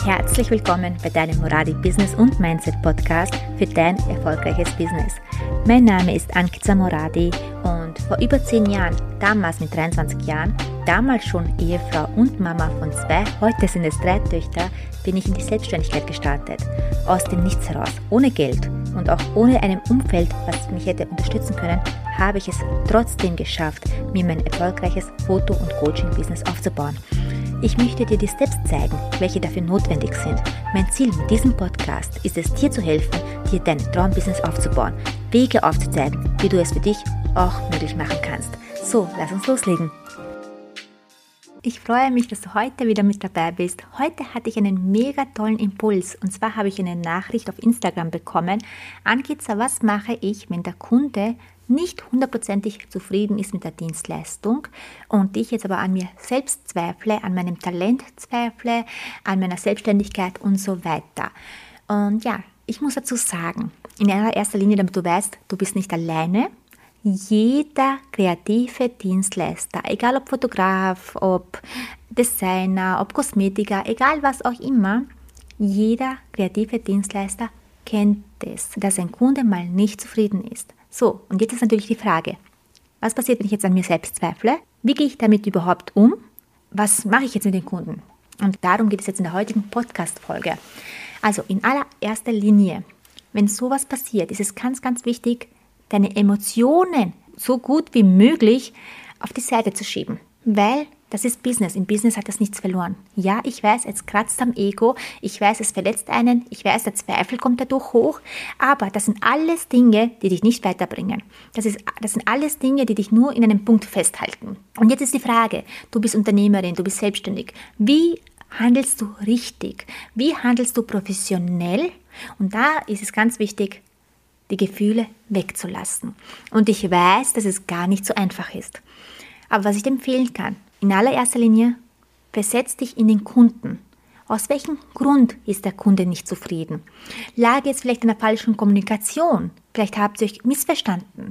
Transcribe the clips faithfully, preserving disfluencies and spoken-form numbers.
Herzlich willkommen bei deinem Moradi Business und Mindset Podcast für dein erfolgreiches Business. Mein Name ist Ankiza Moradi und vor über zehn Jahren, damals mit dreiundzwanzig Jahren, damals schon Ehefrau und Mama von zwei, heute sind es drei Töchter, bin ich in die Selbstständigkeit gestartet. Aus dem Nichts heraus, ohne Geld und auch ohne einem Umfeld, was mich hätte unterstützen können, habe ich es trotzdem geschafft, mir mein erfolgreiches Foto- und Coaching-Business aufzubauen. Ich möchte dir die Steps zeigen, welche dafür notwendig sind. Mein Ziel mit diesem Podcast ist es, dir zu helfen, dir dein Traumbusiness aufzubauen, Wege aufzuzeigen, wie du es für dich auch möglich machen kannst. So, lass uns loslegen. Ich freue mich, dass du heute wieder mit dabei bist. Heute hatte ich einen mega tollen Impuls und zwar habe ich eine Nachricht auf Instagram bekommen. Ankiza, was mache ich, wenn der Kunde nicht hundertprozentig zufrieden ist mit der Dienstleistung und ich jetzt aber an mir selbst zweifle, an meinem Talent zweifle, an meiner Selbstständigkeit und so weiter. Und ja, ich muss dazu sagen, in erster Linie, damit du weißt, du bist nicht alleine. Jeder kreative Dienstleister, egal ob Fotograf, ob Designer, ob Kosmetiker, egal was auch immer, jeder kreative Dienstleister kennt es, dass ein Kunde mal nicht zufrieden ist. So, und jetzt ist natürlich die Frage, was passiert, wenn ich jetzt an mir selbst zweifle? Wie gehe ich damit überhaupt um? Was mache ich jetzt mit den Kunden? Und darum geht es jetzt in der heutigen Podcast-Folge. Also in allererster Linie, wenn sowas passiert, ist es ganz, ganz wichtig, deine Emotionen so gut wie möglich auf die Seite zu schieben, weil das ist Business. Im Business hat das nichts verloren. Ja, ich weiß, es kratzt am Ego, ich weiß, es verletzt einen, ich weiß, der Zweifel kommt dadurch hoch, aber das sind alles Dinge, die dich nicht weiterbringen. Das ist, das sind alles Dinge, die dich nur in einem Punkt festhalten. Und jetzt ist die Frage, du bist Unternehmerin, du bist selbstständig. Wie handelst du richtig? Wie handelst du professionell? Und da ist es ganz wichtig, die Gefühle wegzulassen. Und ich weiß, dass es gar nicht so einfach ist. Aber was ich dir empfehlen kann, in allererster Linie, versetz dich in den Kunden. Aus welchem Grund ist der Kunde nicht zufrieden? Lag jetzt vielleicht in der falschen Kommunikation? Vielleicht habt ihr euch missverstanden.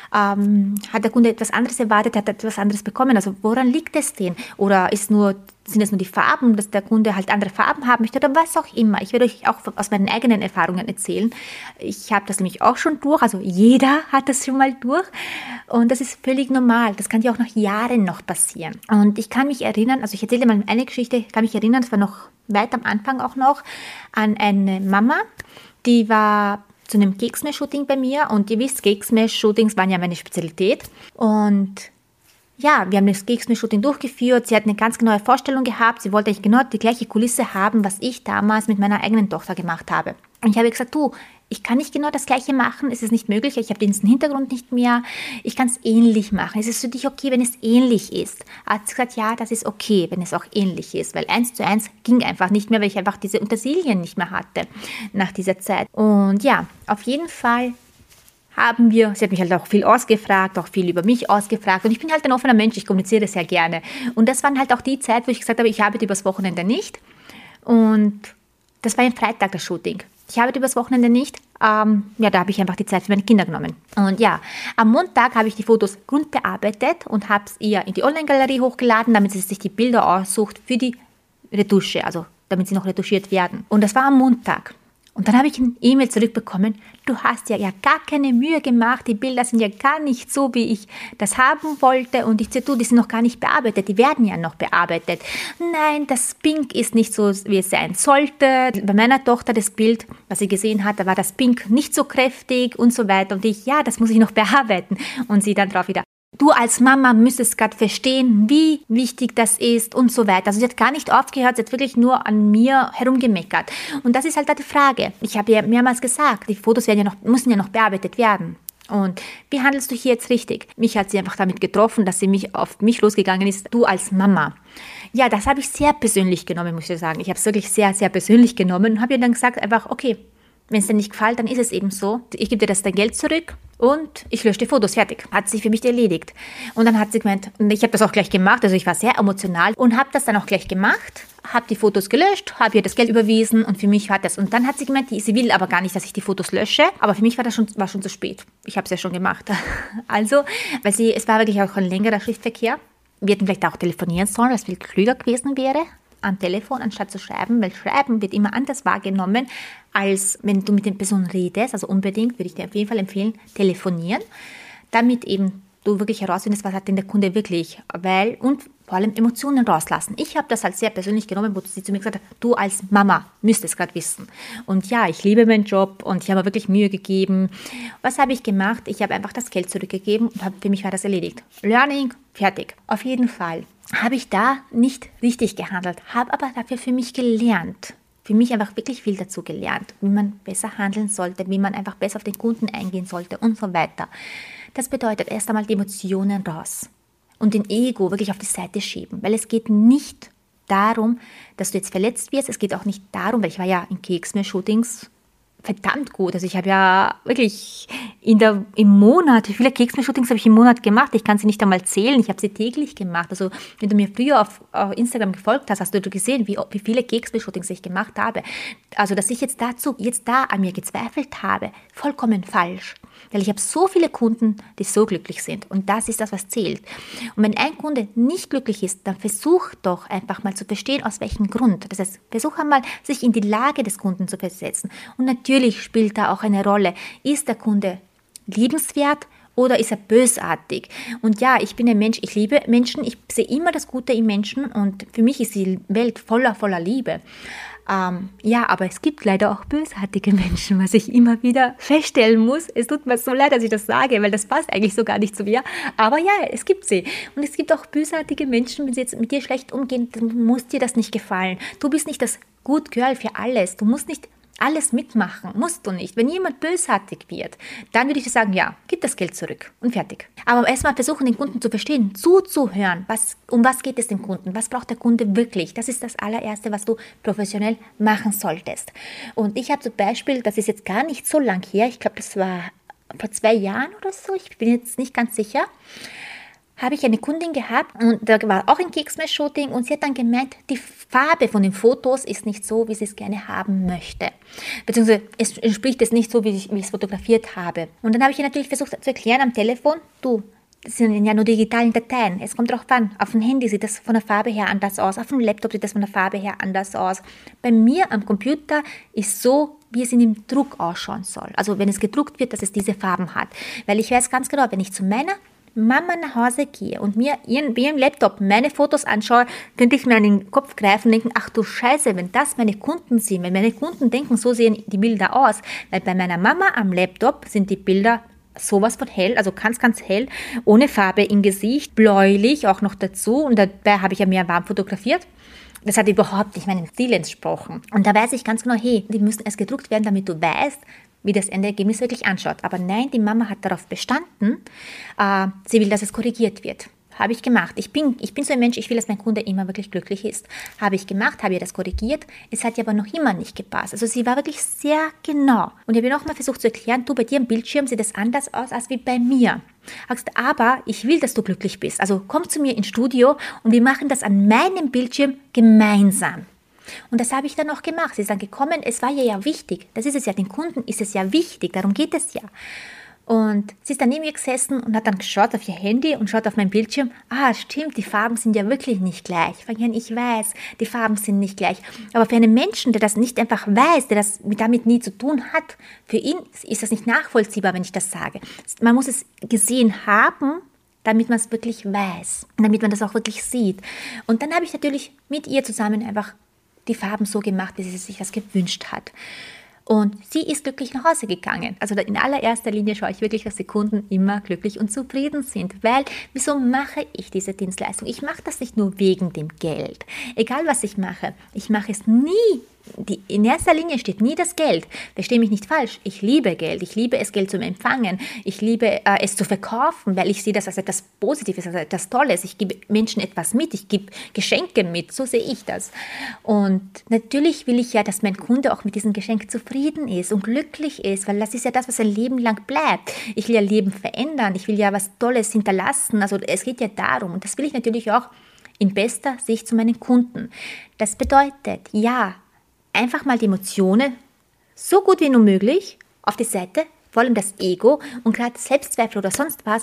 Ähm, hat der Kunde etwas anderes erwartet, hat er etwas anderes bekommen? Also woran liegt es denn? Oder ist nur, sind es nur die Farben, dass der Kunde halt andere Farben haben möchte oder was auch immer? Ich werde euch auch aus meinen eigenen Erfahrungen erzählen. Ich habe das nämlich auch schon durch, also jeder hat das schon mal durch und das ist völlig normal. Das kann ja auch nach Jahren noch passieren. Und ich kann mich erinnern, also ich erzähle dir mal eine Geschichte, ich kann mich erinnern, das war noch weit am Anfang auch noch, an eine Mama, die war zu einem Keksmesh-Shooting bei mir und ihr wisst, Keksmesh-Shootings waren ja meine Spezialität und ja, wir haben das Keksmesh-Shooting durchgeführt, sie hat eine ganz genaue Vorstellung gehabt, sie wollte eigentlich genau die gleiche Kulisse haben, was ich damals mit meiner eigenen Tochter gemacht habe. Und ich habe gesagt, du, ich kann nicht genau das Gleiche machen, es ist nicht möglich, ich habe den Hintergrund nicht mehr, ich kann es ähnlich machen. Ist es für dich okay, wenn es ähnlich ist? Hat sie gesagt, ja, das ist okay, wenn es auch ähnlich ist, weil eins zu eins ging einfach nicht mehr, weil ich einfach diese Utensilien nicht mehr hatte nach dieser Zeit. Und ja, auf jeden Fall haben wir, sie hat mich halt auch viel ausgefragt, auch viel über mich ausgefragt und ich bin halt ein offener Mensch, ich kommuniziere sehr gerne. Und das waren halt auch die Zeit, wo ich gesagt habe, ich arbeite übers Wochenende nicht und das war ein Freitag, das Shooting. Ich arbeite übers Wochenende nicht, ähm, ja, da habe ich einfach die Zeit für meine Kinder genommen. Und ja, am Montag habe ich die Fotos grundbearbeitet und habe es ihr in die Online-Galerie hochgeladen, damit sie sich die Bilder aussucht für die Retusche, also damit sie noch retuschiert werden. Und das war am Montag. Und dann habe ich eine E-Mail zurückbekommen, du hast ja, ja gar keine Mühe gemacht, die Bilder sind ja gar nicht so, wie ich das haben wollte. Und ich sage, du, die sind noch gar nicht bearbeitet, die werden ja noch bearbeitet. Nein, das Pink ist nicht so, wie es sein sollte. Bei meiner Tochter das Bild, was sie gesehen hat, da war das Pink nicht so kräftig und so weiter. Und ich, ja, das muss ich noch bearbeiten. Und sie dann drauf wieder, du als Mama müsstest gerade verstehen, wie wichtig das ist und so weiter. Also sie hat gar nicht aufgehört, sie hat wirklich nur an mir herumgemeckert. Und das ist halt die Frage. Ich habe ja mehrmals gesagt, die Fotos werden ja noch, müssen ja noch bearbeitet werden. Und wie handelst du hier jetzt richtig? Mich hat sie einfach damit getroffen, dass sie mich auf mich losgegangen ist, du als Mama. Ja, das habe ich sehr persönlich genommen, muss ich sagen. Ich habe es wirklich sehr, sehr persönlich genommen und habe ihr dann gesagt einfach, okay, wenn es dir nicht gefällt, dann ist es eben so. Ich gebe dir das dein Geld zurück und ich lösche die Fotos, fertig. Hat sich für mich erledigt. Und dann hat sie gemeint, und ich habe das auch gleich gemacht, also ich war sehr emotional und habe das dann auch gleich gemacht, habe die Fotos gelöscht, habe ihr das Geld überwiesen und für mich war das. Und dann hat sie gemeint, sie will aber gar nicht, dass ich die Fotos lösche, aber für mich war das schon, war schon zu spät. Ich habe es ja schon gemacht. Also, weil sie, es war wirklich auch ein längerer Schriftverkehr. Wir hätten vielleicht auch telefonieren sollen, was viel klüger gewesen wäre. am Telefon, anstatt zu schreiben, weil Schreiben wird immer anders wahrgenommen, als wenn du mit den Personen redest. Also unbedingt würde ich dir auf jeden Fall empfehlen, telefonieren, damit eben du wirklich herausfindest, was hat denn der Kunde wirklich, weil, und vor allem Emotionen rauslassen. Ich habe das halt sehr persönlich genommen, wo sie zu mir gesagt hat, du als Mama müsstest gerade wissen. Und ja, ich liebe meinen Job und ich habe mir wirklich Mühe gegeben. Was habe ich gemacht? Ich habe einfach das Geld zurückgegeben und habe, für mich war das erledigt. Learning, fertig. Auf jeden Fall habe ich da nicht richtig gehandelt, habe aber dafür für mich gelernt. Für mich einfach wirklich viel dazu gelernt, wie man besser handeln sollte, wie man einfach besser auf den Kunden eingehen sollte und so weiter. Das bedeutet erst einmal die Emotionen raus und den Ego wirklich auf die Seite schieben, weil es geht nicht darum, dass du jetzt verletzt wirst, es geht auch nicht darum, weil ich war ja in Keksmehl-Shootings verdammt gut, also ich habe ja wirklich in der, im Monat, wie viele Keksmehl-Shootings habe ich im Monat gemacht, ich kann sie nicht einmal zählen, ich habe sie täglich gemacht, also wenn du mir früher auf, auf Instagram gefolgt hast, hast du gesehen, wie, wie viele Keksmehl-Shootings ich gemacht habe, also dass ich jetzt dazu, jetzt da an mir gezweifelt habe, vollkommen falsch. Weil ich habe so viele Kunden, die so glücklich sind. Und das ist das, was zählt. Und wenn ein Kunde nicht glücklich ist, dann versuch doch einfach mal zu verstehen, aus welchem Grund. Das heißt, versuch einmal, sich in die Lage des Kunden zu versetzen. Und natürlich spielt da auch eine Rolle. Ist der Kunde liebenswert oder ist er bösartig? Und ja, ich bin ein Mensch, ich liebe Menschen. Ich sehe immer das Gute im Menschen. Und für mich ist die Welt voller, voller Liebe. Ähm, ja, aber es gibt leider auch bösartige Menschen, was ich immer wieder feststellen muss. Es tut mir so leid, dass ich das sage, weil das passt eigentlich so gar nicht zu mir. Aber ja, es gibt sie. Und es gibt auch bösartige Menschen, wenn sie jetzt mit dir schlecht umgehen, dann muss dir das nicht gefallen. Du bist nicht das Good Girl für alles. Du musst nicht alles mitmachen, musst du nicht. Wenn jemand bösartig wird, dann würde ich sagen, ja, gib das Geld zurück und fertig. Aber erstmal versuchen, den Kunden zu verstehen, zuzuhören, was, um was geht es dem Kunden, was braucht der Kunde wirklich. Das ist das allererste, was du professionell machen solltest. Und ich habe zum Beispiel, das ist jetzt gar nicht so lang her, ich glaube, das war vor zwei Jahren oder so, ich bin jetzt nicht ganz sicher, habe ich eine Kundin gehabt und da war auch ein Keksmehl-Shooting und sie hat dann gemeint, die Farbe von den Fotos ist nicht so, wie sie es gerne haben möchte. Beziehungsweise es entspricht es nicht so, wie ich, wie ich es fotografiert habe. Und dann habe ich ihr natürlich versucht zu erklären am Telefon, du, das sind ja nur digitalen Dateien. Es kommt darauf an, auf dem Handy sieht das von der Farbe her anders aus, auf dem Laptop sieht das von der Farbe her anders aus. Bei mir am Computer ist so, wie es in dem Druck ausschauen soll. Also wenn es gedruckt wird, dass es diese Farben hat. Weil ich weiß ganz genau, wenn ich zu meiner Mama nach Hause gehe und mir ihren, ihren Laptop meine Fotos anschaue, könnte ich mir an den Kopf greifen und denken, ach du Scheiße, wenn das meine Kunden sind, wenn meine Kunden denken, so sehen die Bilder aus, weil bei meiner Mama am Laptop sind die Bilder sowas von hell, also ganz, ganz hell, ohne Farbe im Gesicht, bläulich auch noch dazu und dabei habe ich ja mehr warm fotografiert. Das hat überhaupt nicht meinem Stil entsprochen. Und da weiß ich ganz genau, hey, die müssen erst gedruckt werden, damit du weißt, wie das Endergebnis wirklich anschaut. Aber nein, die Mama hat darauf bestanden, äh, sie will, dass es korrigiert wird. Habe ich gemacht. Ich bin, ich bin so ein Mensch, ich will, dass mein Kunde immer wirklich glücklich ist. Habe ich gemacht, habe ihr das korrigiert. Es hat ihr aber noch immer nicht gepasst. Also sie war wirklich sehr genau. Und ich habe ihr nochmal versucht zu erklären, du, bei dir am Bildschirm sieht es anders aus als wie bei mir. Aber ich will, dass du glücklich bist. Also komm zu mir ins Studio und wir machen das an meinem Bildschirm gemeinsam. Und das habe ich dann auch gemacht. Sie ist dann gekommen, es war ihr ja wichtig. Das ist es ja, den Kunden ist es ja wichtig, darum geht es ja. Und sie ist dann neben mir gesessen und hat dann geschaut auf ihr Handy und schaut auf mein Bildschirm. Ah, stimmt, die Farben sind ja wirklich nicht gleich. Ich weiß, die Farben sind nicht gleich. Aber für einen Menschen, der das nicht einfach weiß, der das damit nie zu tun hat, für ihn ist das nicht nachvollziehbar, wenn ich das sage. Man muss es gesehen haben, damit man es wirklich weiß, damit man das auch wirklich sieht. Und dann habe ich natürlich mit ihr zusammen einfach die Farben so gemacht, wie sie sich das gewünscht hat. Und sie ist glücklich nach Hause gegangen. Also in allererster Linie schaue ich wirklich, dass die Kunden immer glücklich und zufrieden sind. Weil, wieso mache ich diese Dienstleistung? Ich mache das nicht nur wegen dem Geld. Egal, was ich mache, ich mache es nie. Die, in erster Linie steht nie das Geld. Verstehe mich nicht falsch. Ich liebe Geld. Ich liebe es, Geld zu empfangen. Ich liebe äh, es zu verkaufen, weil ich sehe das als etwas Positives, als etwas Tolles. Ich gebe Menschen etwas mit. Ich gebe Geschenke mit. So sehe ich das. Und natürlich will ich ja, dass mein Kunde auch mit diesem Geschenk zufrieden ist und glücklich ist, weil das ist ja das, was ein Leben lang bleibt. Ich will ja Leben verändern. Ich will ja was Tolles hinterlassen. Also es geht ja darum. Und das will ich natürlich auch in bester Sicht zu meinen Kunden. Das bedeutet, ja, einfach mal die Emotionen so gut wie nur möglich auf die Seite, vor allem das Ego und gerade Selbstzweifel oder sonst was,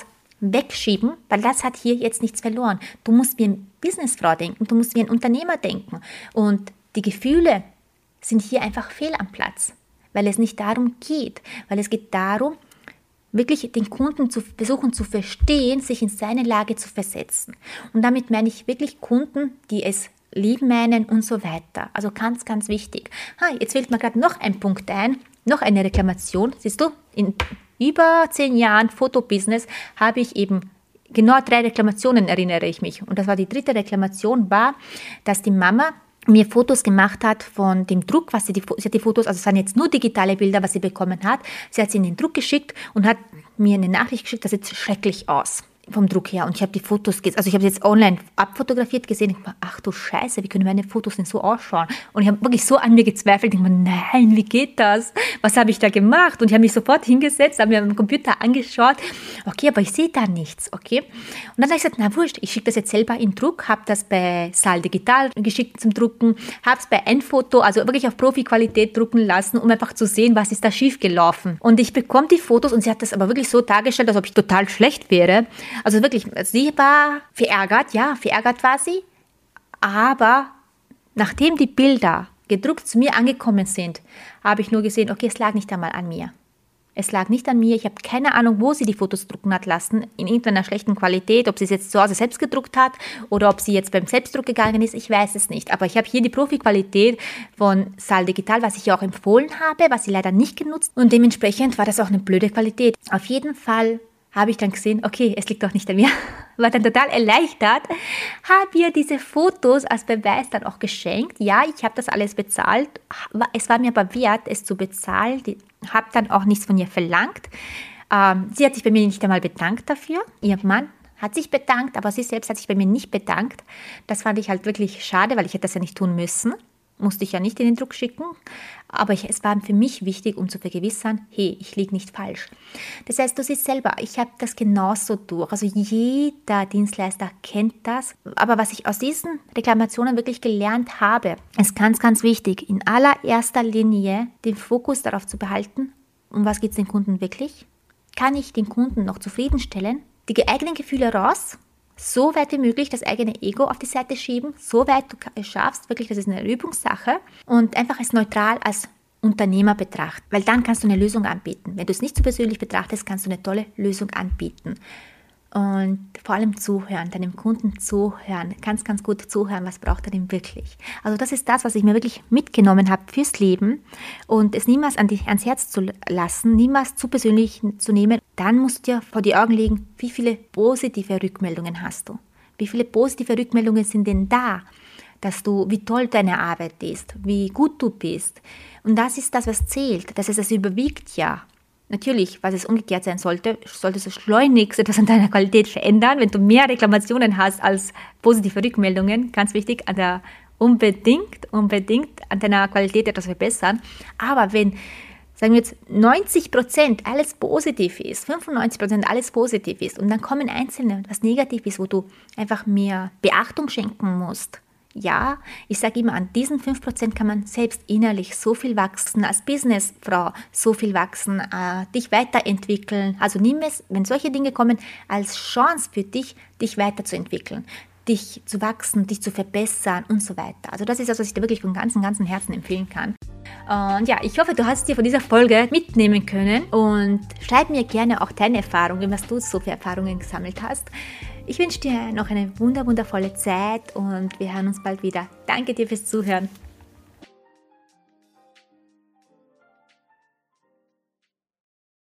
wegschieben, weil das hat hier jetzt nichts verloren. Du musst wie eine Businessfrau denken, du musst wie ein Unternehmer denken. Und die Gefühle sind hier einfach fehl am Platz, weil es nicht darum geht, weil es geht darum, wirklich den Kunden zu versuchen zu verstehen, sich in seine Lage zu versetzen. Und damit meine ich wirklich Kunden, die es lieben meinen und so weiter. Also ganz, ganz wichtig. Ha, jetzt fällt mir gerade noch ein Punkt ein, noch eine Reklamation. Siehst du, in über zehn Jahren Fotobusiness habe ich eben genau drei Reklamationen, erinnere ich mich. Und das war die dritte Reklamation, war, dass die Mama mir Fotos gemacht hat von dem Druck, was sie, die, sie hat die Fotos, also es waren jetzt nur digitale Bilder, was sie bekommen hat. Sie hat sie in den Druck geschickt und hat mir eine Nachricht geschickt, das sieht schrecklich aus vom Druck her. Und ich habe die Fotos, also ich habe jetzt online abfotografiert gesehen. Ich dachte, ach du Scheiße, wie können meine Fotos denn so ausschauen? Und ich habe wirklich so an mir gezweifelt. Ich dachte, nein, wie geht das? Was habe ich da gemacht? Und ich habe mich sofort hingesetzt, habe mir am Computer angeschaut. Okay, aber ich sehe da nichts, okay? Und dann habe ich gesagt, na wurscht, ich schicke das jetzt selber in Druck, habe das bei Saal Digital geschickt zum Drucken, habe es bei Enfoto, also wirklich auf Profi-Qualität drucken lassen, um einfach zu sehen, was ist da schief gelaufen. Und ich bekomme die Fotos und sie hat das aber wirklich so dargestellt, als ob ich total schlecht wäre. Also wirklich, sie war verärgert, ja, verärgert war sie, aber nachdem die Bilder gedruckt zu mir angekommen sind, habe ich nur gesehen, okay, es lag nicht einmal an mir. Es lag nicht an mir, ich habe keine Ahnung, wo sie die Fotos drucken hat lassen, in irgendeiner schlechten Qualität, ob sie es jetzt zu Hause selbst gedruckt hat oder ob sie jetzt beim Selbstdruck gegangen ist, ich weiß es nicht. Aber ich habe hier die Profi-Qualität von Saal Digital, was ich ja auch empfohlen habe, was sie leider nicht genutzt und dementsprechend war das auch eine blöde Qualität. Auf jeden Fall habe ich dann gesehen, okay, es liegt doch nicht an mir. War dann total erleichtert, habe ihr diese Fotos als Beweis dann auch geschenkt. Ja, ich habe das alles bezahlt. Es war mir aber wert, es zu bezahlen. Ich habe dann auch nichts von ihr verlangt. Ähm, sie hat sich bei mir nicht einmal bedankt dafür. Ihr Mann hat sich bedankt, aber sie selbst hat sich bei mir nicht bedankt. Das fand ich halt wirklich schade, weil ich hätte das ja nicht tun müssen. Musste ich ja nicht in den Druck schicken, aber ich, es war für mich wichtig, um zu vergewissern, hey, ich liege nicht falsch. Das heißt, du siehst selber, ich habe das genauso durch. Also jeder Dienstleister kennt das. Aber was ich aus diesen Reklamationen wirklich gelernt habe, ist ganz, ganz wichtig, in allererster Linie den Fokus darauf zu behalten, um was geht es den Kunden wirklich? Kann ich den Kunden noch zufriedenstellen? Die eigenen Gefühle raus, so weit wie möglich das eigene Ego auf die Seite schieben, so weit du es schaffst, wirklich, das ist eine Übungssache und einfach es neutral als Unternehmer betrachten, weil dann kannst du eine Lösung anbieten. Wenn du es nicht so persönlich betrachtest, kannst du eine tolle Lösung anbieten. Und vor allem zuhören, deinem Kunden zuhören, ganz, ganz gut zuhören, was braucht er denn wirklich. Also das ist das, was ich mir wirklich mitgenommen habe fürs Leben und es niemals an die, ans Herz zu lassen, niemals zu persönlich zu nehmen. Dann musst du dir vor die Augen legen, wie viele positive Rückmeldungen hast du. Wie viele positive Rückmeldungen sind denn da, dass du, wie toll deine Arbeit ist, wie gut du bist. Und das ist das, was zählt. Das heißt, es überwiegt ja. Natürlich, was es umgekehrt sein sollte, solltest du schleunigst etwas an deiner Qualität verändern. Wenn du mehr Reklamationen hast als positive Rückmeldungen, ganz wichtig, an der unbedingt, unbedingt an deiner Qualität etwas verbessern. Aber wenn, sagen wir jetzt, neunzig Prozent alles positiv ist, fünfundneunzig Prozent alles positiv ist und dann kommen Einzelne, was negativ ist, wo du einfach mehr Beachtung schenken musst, ja, ich sage immer, an diesen fünf Prozent kann man selbst innerlich so viel wachsen, als Businessfrau so viel wachsen, äh, dich weiterentwickeln. Also nimm es, wenn solche Dinge kommen, als Chance für dich, dich weiterzuentwickeln, dich zu wachsen, dich zu verbessern und so weiter. Also das ist das, was ich dir wirklich von ganzem, ganzem Herzen empfehlen kann. Und ja, ich hoffe, du hast dir von dieser Folge mitnehmen können und schreib mir gerne auch deine Erfahrungen, was du so für Erfahrungen gesammelt hast. Ich wünsche dir noch eine wunder, wundervolle Zeit und wir hören uns bald wieder. Danke dir fürs Zuhören.